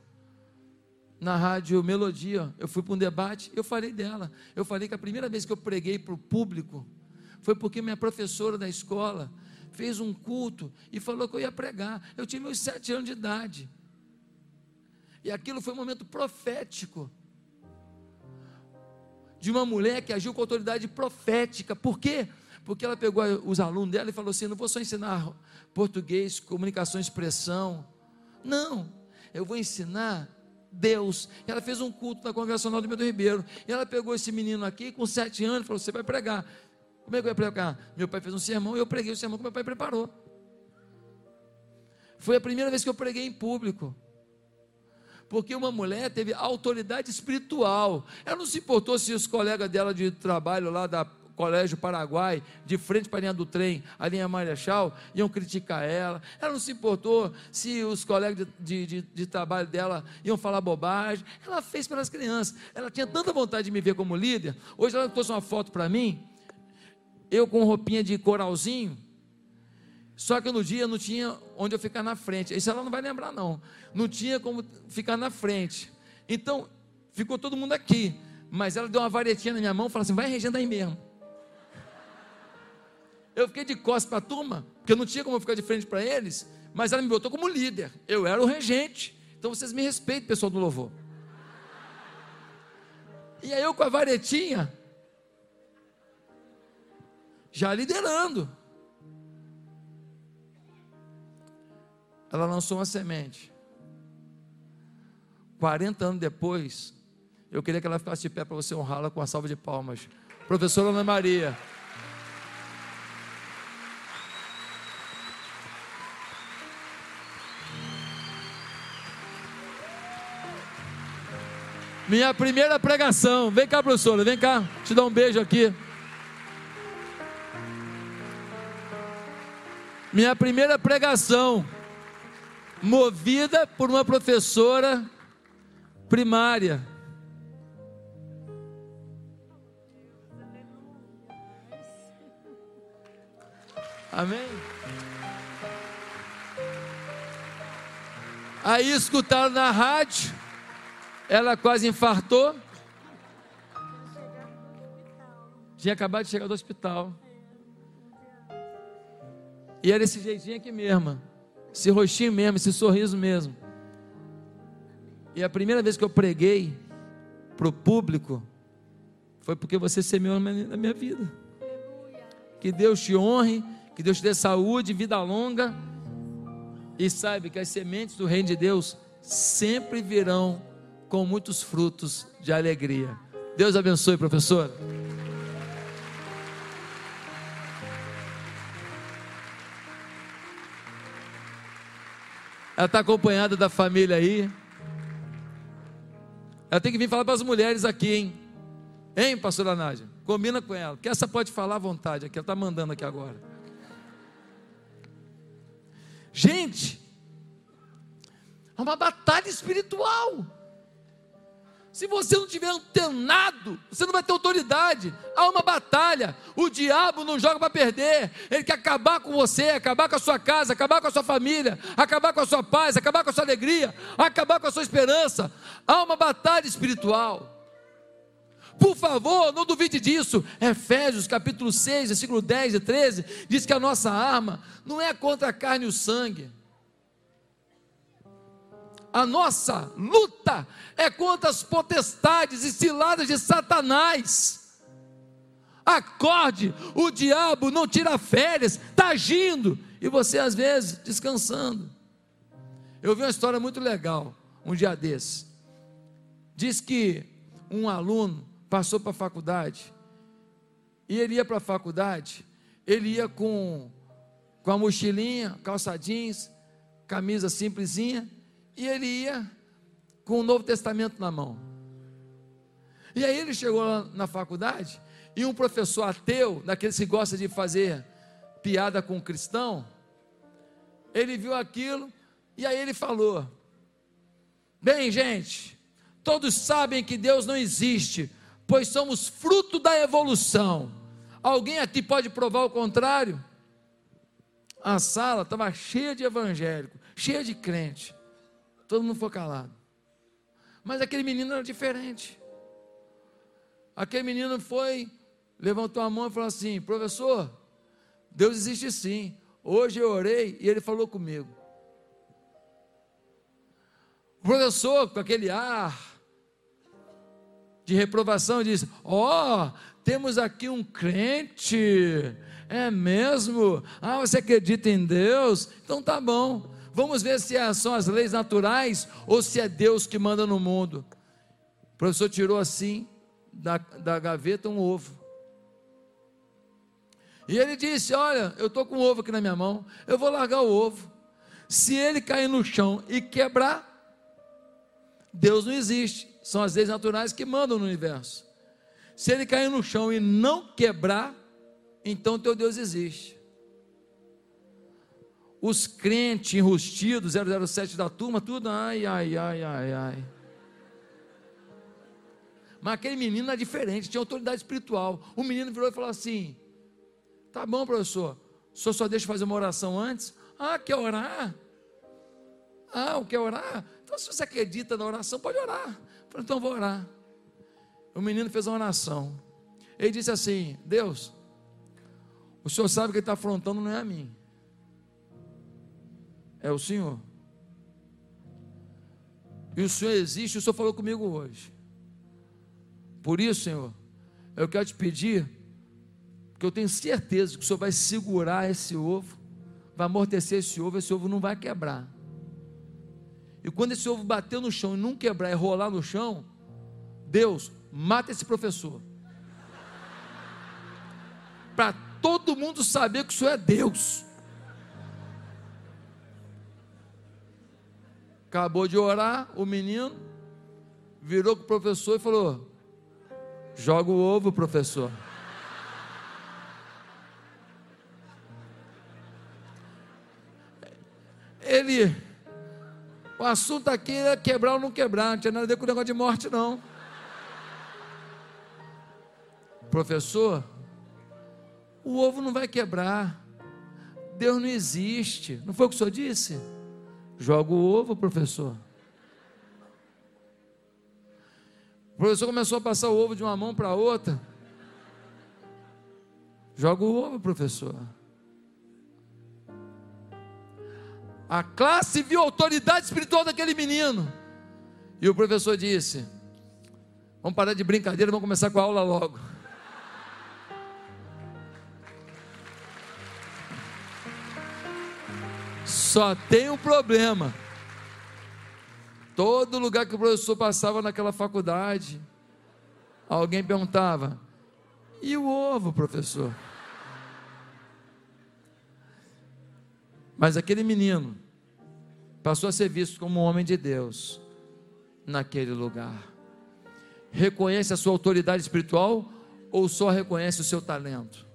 Melodia. Eu fui para um debate, eu falei dela. Eu falei que a primeira vez que eu preguei para o público foi porque minha professora da escola fez um culto e falou que eu ia pregar. Eu tinha meus 7 anos de idade, e aquilo foi um momento profético, de uma mulher que agiu com autoridade profética. Por quê? Porque ela pegou os alunos dela e falou assim, não vou só ensinar português, comunicação, expressão, não, eu vou ensinar Deus. Ela fez um culto na Congregacional do Milton Ribeiro, e ela pegou esse menino aqui com 7 anos e falou, você vai pregar. Como é que eu ia pregar? Meu pai fez um sermão e eu preguei o sermão que meu pai preparou. Foi a primeira vez que eu preguei em público, porque uma mulher teve autoridade espiritual. Ela não se importou se os colegas dela de trabalho lá da Colégio Paraguai, de frente para a linha do trem, a linha Marechal, iam criticar ela. Ela não se importou se os colegas de trabalho dela iam falar bobagem. Ela fez pelas crianças. Ela tinha tanta vontade de me ver como líder. Hoje ela trouxe uma foto para mim, eu com roupinha de coralzinho, só que no dia não tinha onde eu ficar na frente. Isso ela não vai lembrar não. Não tinha como ficar na frente. Então, ficou todo mundo aqui. Mas ela deu uma varetinha na minha mão e falou assim, vai regendo aí mesmo. Eu fiquei de costas para a turma, porque eu não tinha como ficar de frente para eles, mas ela me botou como líder. Eu era o regente. Então vocês me respeitem, pessoal do louvor. E aí eu com a varetinha, já liderando. Ela lançou uma semente. 40 anos depois, eu queria que ela ficasse de pé para você honrá-la com uma salva de palmas. Professora Ana Maria. Minha primeira pregação. Vem cá, professora, vem cá, te dar um beijo aqui. Minha primeira pregação, movida por uma professora primária. Amém? Aí escutaram na rádio, ela quase infartou. Tinha acabado de chegar do hospital. E era esse jeitinho aqui mesmo, esse rostinho mesmo, esse sorriso mesmo. E a primeira vez que eu preguei, para o público, foi porque você semeou na minha vida. Que Deus te honre, que Deus te dê saúde, vida longa, e saiba que as sementes do reino de Deus sempre virão com muitos frutos de alegria. Deus abençoe, professora. Ela está acompanhada da família aí. Ela tem que vir falar para as mulheres aqui, hein? Hein, pastora Nádia? Combina com ela, porque essa pode falar à vontade aqui, ela está mandando aqui agora. Gente, é uma batalha espiritual. Se você não tiver antenado, você não vai ter autoridade. Há uma batalha. O diabo não joga para perder. Ele quer acabar com você, acabar com a sua casa, acabar com a sua família, acabar com a sua paz, acabar com a sua alegria, acabar com a sua esperança. Há uma batalha espiritual. Por favor, não duvide disso. Efésios capítulo 6, versículo 10 e 13, diz que a nossa arma não é contra a carne e o sangue. A nossa luta é contra as potestades e ciladas de Satanás. Acorde, o diabo não tira férias, está agindo, e você às vezes descansando. Eu vi uma história muito legal, um dia desse. Diz que um aluno passou para a faculdade, e ele ia para a faculdade, ele ia com a mochilinha, calça jeans, camisa simplesinha, e ele ia com o Novo Testamento na mão. E aí ele chegou lá na faculdade, e um professor ateu, daqueles que gosta de fazer piada com o cristão, ele viu aquilo, e aí ele falou: bem, gente, todos sabem que Deus não existe, pois somos fruto da evolução. Alguém aqui pode provar o contrário? A sala estava cheia de evangélico, cheia de crente. Todo mundo foi calado. Mas aquele menino era diferente. Aquele menino foi, levantou a mão e falou assim: professor, Deus existe sim. Hoje eu orei e ele falou comigo. O professor, com aquele ar de reprovação, disse: ó, temos aqui um crente. É mesmo? Ah, você acredita em Deus? Então tá bom. Vamos ver se são as leis naturais ou se é Deus que manda no mundo. O professor tirou assim da gaveta um ovo. E ele disse: olha, eu estou com um ovo aqui na minha mão, eu vou largar o ovo. Se ele cair no chão e quebrar, Deus não existe. São as leis naturais que mandam no universo. Se ele cair no chão e não quebrar, então teu Deus existe. Os crentes enrustidos, 007 da turma, tudo, ai. Mas aquele menino era diferente, tinha autoridade espiritual. O menino virou e falou assim: tá bom, professor, o senhor só deixa eu fazer uma oração antes? Ah, quer orar? Ah, quer orar? Então se você acredita na oração, pode orar. Eu falei: então vou orar. O menino fez uma oração. Ele disse assim: Deus, o senhor sabe que ele está afrontando, não é a mim, é o Senhor. E o Senhor existe, o Senhor falou comigo hoje. Por isso, Senhor, eu quero te pedir, porque eu tenho certeza que o Senhor vai segurar esse ovo, vai amortecer esse ovo não vai quebrar. E quando esse ovo bater no chão e não quebrar e rolar no chão, Deus, mata esse professor. Para todo mundo saber que o Senhor é Deus. Acabou de orar, o menino virou com o professor e falou: joga o ovo, professor. O assunto aqui é quebrar ou não quebrar, não tinha nada a ver com o negócio de morte não. Professor, o ovo não vai quebrar, Deus não existe, não foi o que o senhor disse? Joga o ovo, professor. O professor começou a passar o ovo de uma mão para a outra. Joga o ovo, professor. A classe viu a autoridade espiritual daquele menino. E o professor disse: Vamos parar de brincadeira, vamos começar com a aula logo. Só tem um problema. Todo lugar que o professor passava naquela faculdade, alguém perguntava: e o ovo, professor? Mas aquele menino passou a ser visto como um homem de Deus naquele lugar. Reconhece a sua autoridade espiritual ou só reconhece o seu talento?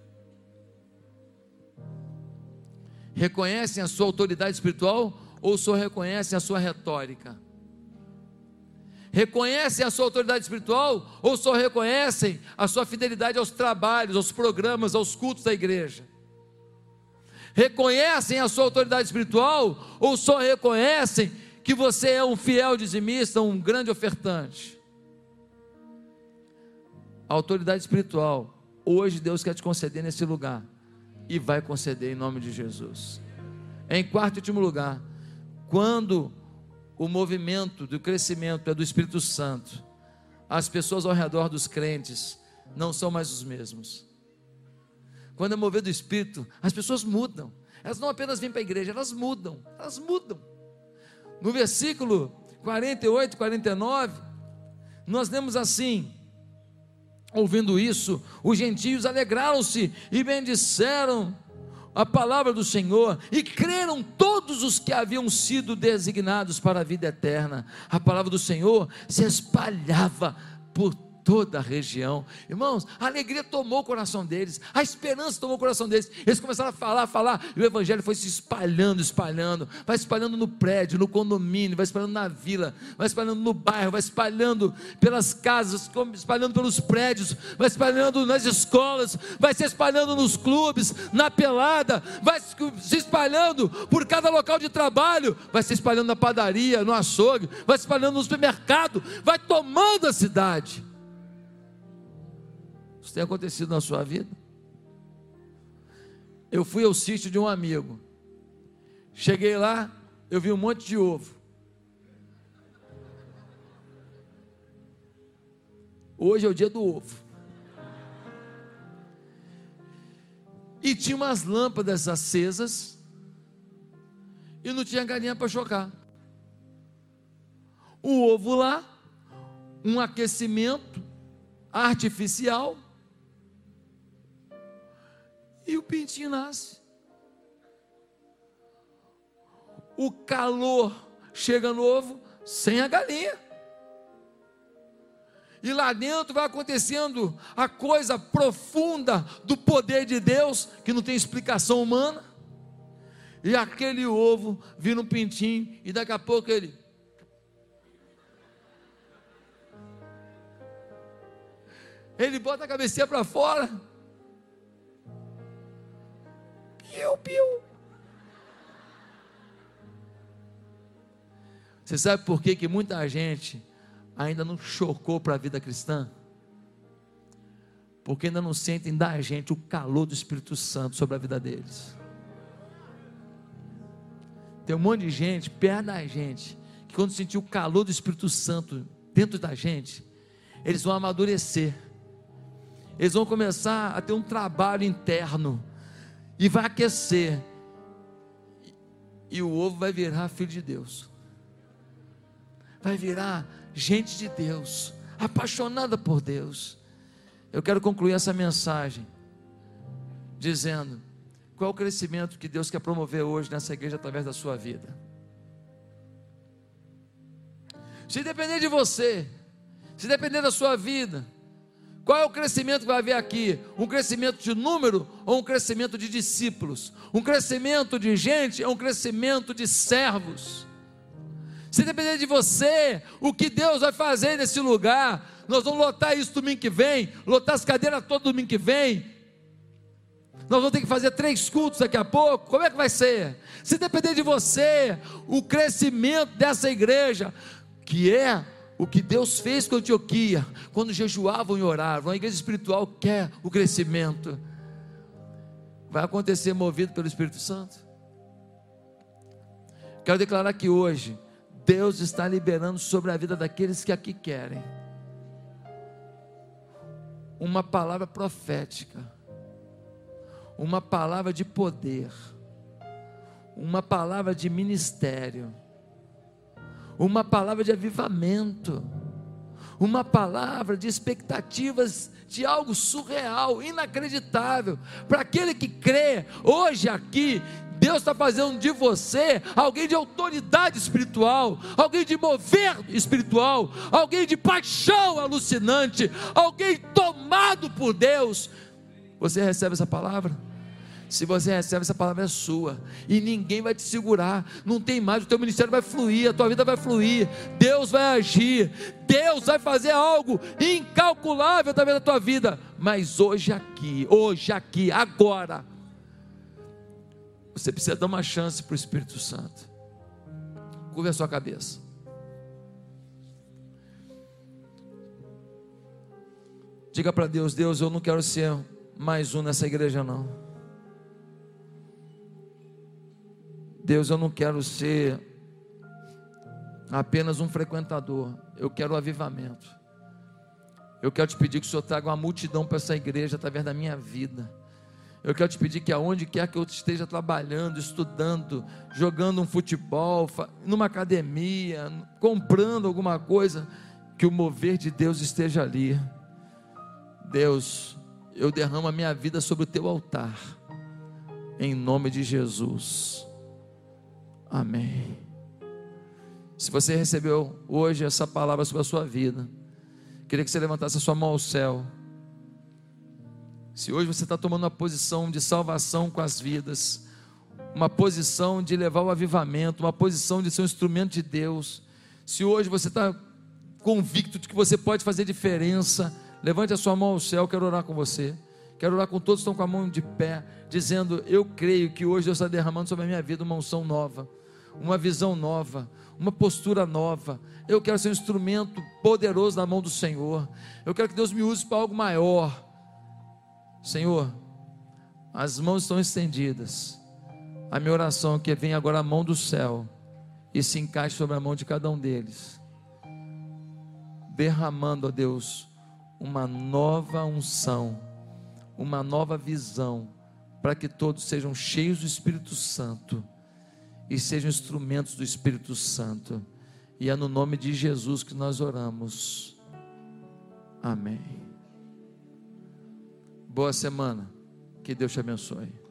Reconhecem a sua autoridade espiritual ou só reconhecem a sua retórica? Reconhecem a sua autoridade espiritual ou só reconhecem a sua fidelidade aos trabalhos, aos programas, aos cultos da igreja? Reconhecem a sua autoridade espiritual ou só reconhecem que você é um fiel dizimista, um grande ofertante? A autoridade espiritual, hoje Deus quer te conceder nesse lugar, e vai conceder em nome de Jesus. Em quarto e último lugar, quando o movimento do crescimento é do Espírito Santo, as pessoas ao redor dos crentes não são mais os mesmos. Quando é movido do Espírito, as pessoas mudam. Elas não apenas vêm para a igreja, elas mudam. No versículo 48, 49, nós lemos assim: ouvindo isso, os gentios alegraram-se e bendisseram a palavra do Senhor, e creram todos os que haviam sido designados para a vida eterna. A palavra do Senhor se espalhava por toda a região. Irmãos, a alegria tomou o coração deles, a esperança tomou o coração deles. Eles começaram a falar, e o evangelho foi se espalhando, vai espalhando no prédio, no condomínio, vai espalhando na vila, vai espalhando no bairro, vai espalhando pelas casas, espalhando pelos prédios, vai espalhando nas escolas, vai se espalhando nos clubes, na pelada, vai se espalhando por cada local de trabalho, vai se espalhando na padaria, no açougue, vai se espalhando no supermercado, vai tomando a cidade. Isso tem acontecido na sua vida? Eu fui ao sítio de um amigo, cheguei lá, eu vi um monte de ovo. Hoje é o dia do ovo. E tinha umas lâmpadas acesas, e não tinha galinha para chocar. O ovo lá, um aquecimento artificial, e o pintinho nasce. O calor chega no ovo sem a galinha. E lá dentro vai acontecendo a coisa profunda do poder de Deus, que não tem explicação humana. E aquele ovo vira um pintinho, e daqui a pouco ele bota a cabecinha para fora. Piu. Você sabe por que muita gente ainda não chocou para a vida cristã? Porque ainda não sentem da gente o calor do Espírito Santo sobre a vida deles. Tem um monte de gente perto da gente, que quando sentir o calor do Espírito Santo dentro da gente, eles vão amadurecer. Eles vão começar a ter um trabalho interno, e vai aquecer, e o ovo vai virar filho de Deus, vai virar gente de Deus, apaixonada por Deus. Eu quero concluir essa mensagem dizendo: qual é o crescimento que Deus quer promover hoje nessa igreja através da sua vida? Se depender de você, se depender da sua vida, qual é o crescimento que vai haver aqui? Um crescimento de número ou um crescimento de discípulos? Um crescimento de gente ou um crescimento de servos? Se depender de você, o que Deus vai fazer nesse lugar? Nós vamos lotar isso domingo que vem, lotar as cadeiras todo domingo que vem. Nós vamos ter que fazer 3 cultos daqui a pouco. Como é que vai ser? Se depender de você, o crescimento dessa igreja, que é o que Deus fez com Antioquia, quando jejuavam e oravam, a igreja espiritual quer o crescimento, vai acontecer movido pelo Espírito Santo. Quero declarar que hoje, Deus está liberando sobre a vida daqueles que aqui querem. uma palavra profética, uma palavra de poder, uma palavra de ministério, uma palavra de avivamento, uma palavra de expectativas de algo surreal, inacreditável, para aquele que crê. Hoje aqui, Deus está fazendo de você alguém de autoridade espiritual, alguém de mover espiritual, alguém de paixão alucinante, alguém tomado por Deus. Você recebe essa palavra? Se você recebe, essa palavra é sua, e ninguém vai te segurar, não tem mais, o teu ministério vai fluir, a tua vida vai fluir, Deus vai agir, Deus vai fazer algo incalculável através da tua vida. Mas hoje aqui, agora, você precisa dar uma chance para o Espírito Santo. Curva a sua cabeça. Diga para Deus: Deus, eu não quero ser mais um nessa igreja não. Deus, eu não quero ser apenas um frequentador, eu quero o avivamento. Eu quero te pedir que o Senhor traga uma multidão para essa igreja através da minha vida. Eu quero te pedir que aonde quer que eu esteja trabalhando, estudando, jogando um futebol, numa academia, comprando alguma coisa, que o mover de Deus esteja ali. Deus, eu derramo a minha vida sobre o teu altar, em nome de Jesus. Amém. Se você recebeu hoje essa palavra sobre a sua vida, queria que você levantasse a sua mão ao céu. Se hoje você está tomando uma posição de salvação com as vidas, uma posição de levar o avivamento, uma posição de ser um instrumento de Deus, se hoje você está convicto de que você pode fazer diferença, levante a sua mão ao céu. Quero orar com você. Quero orar com todos que estão com a mão de pé, dizendo: eu creio que hoje Deus está derramando sobre a minha vida uma unção nova, uma visão nova, uma postura nova. Eu quero ser um instrumento poderoso na mão do Senhor. Eu quero que Deus me use para algo maior. Senhor, as mãos estão estendidas. A minha oração é que venha agora a mão do céu e se encaixe sobre a mão de cada um deles, derramando, ó Deus, uma nova unção, uma nova visão, para que todos sejam cheios do Espírito Santo e sejam instrumentos do Espírito Santo. E é no nome de Jesus que nós oramos. Amém. Boa semana. Que Deus te abençoe.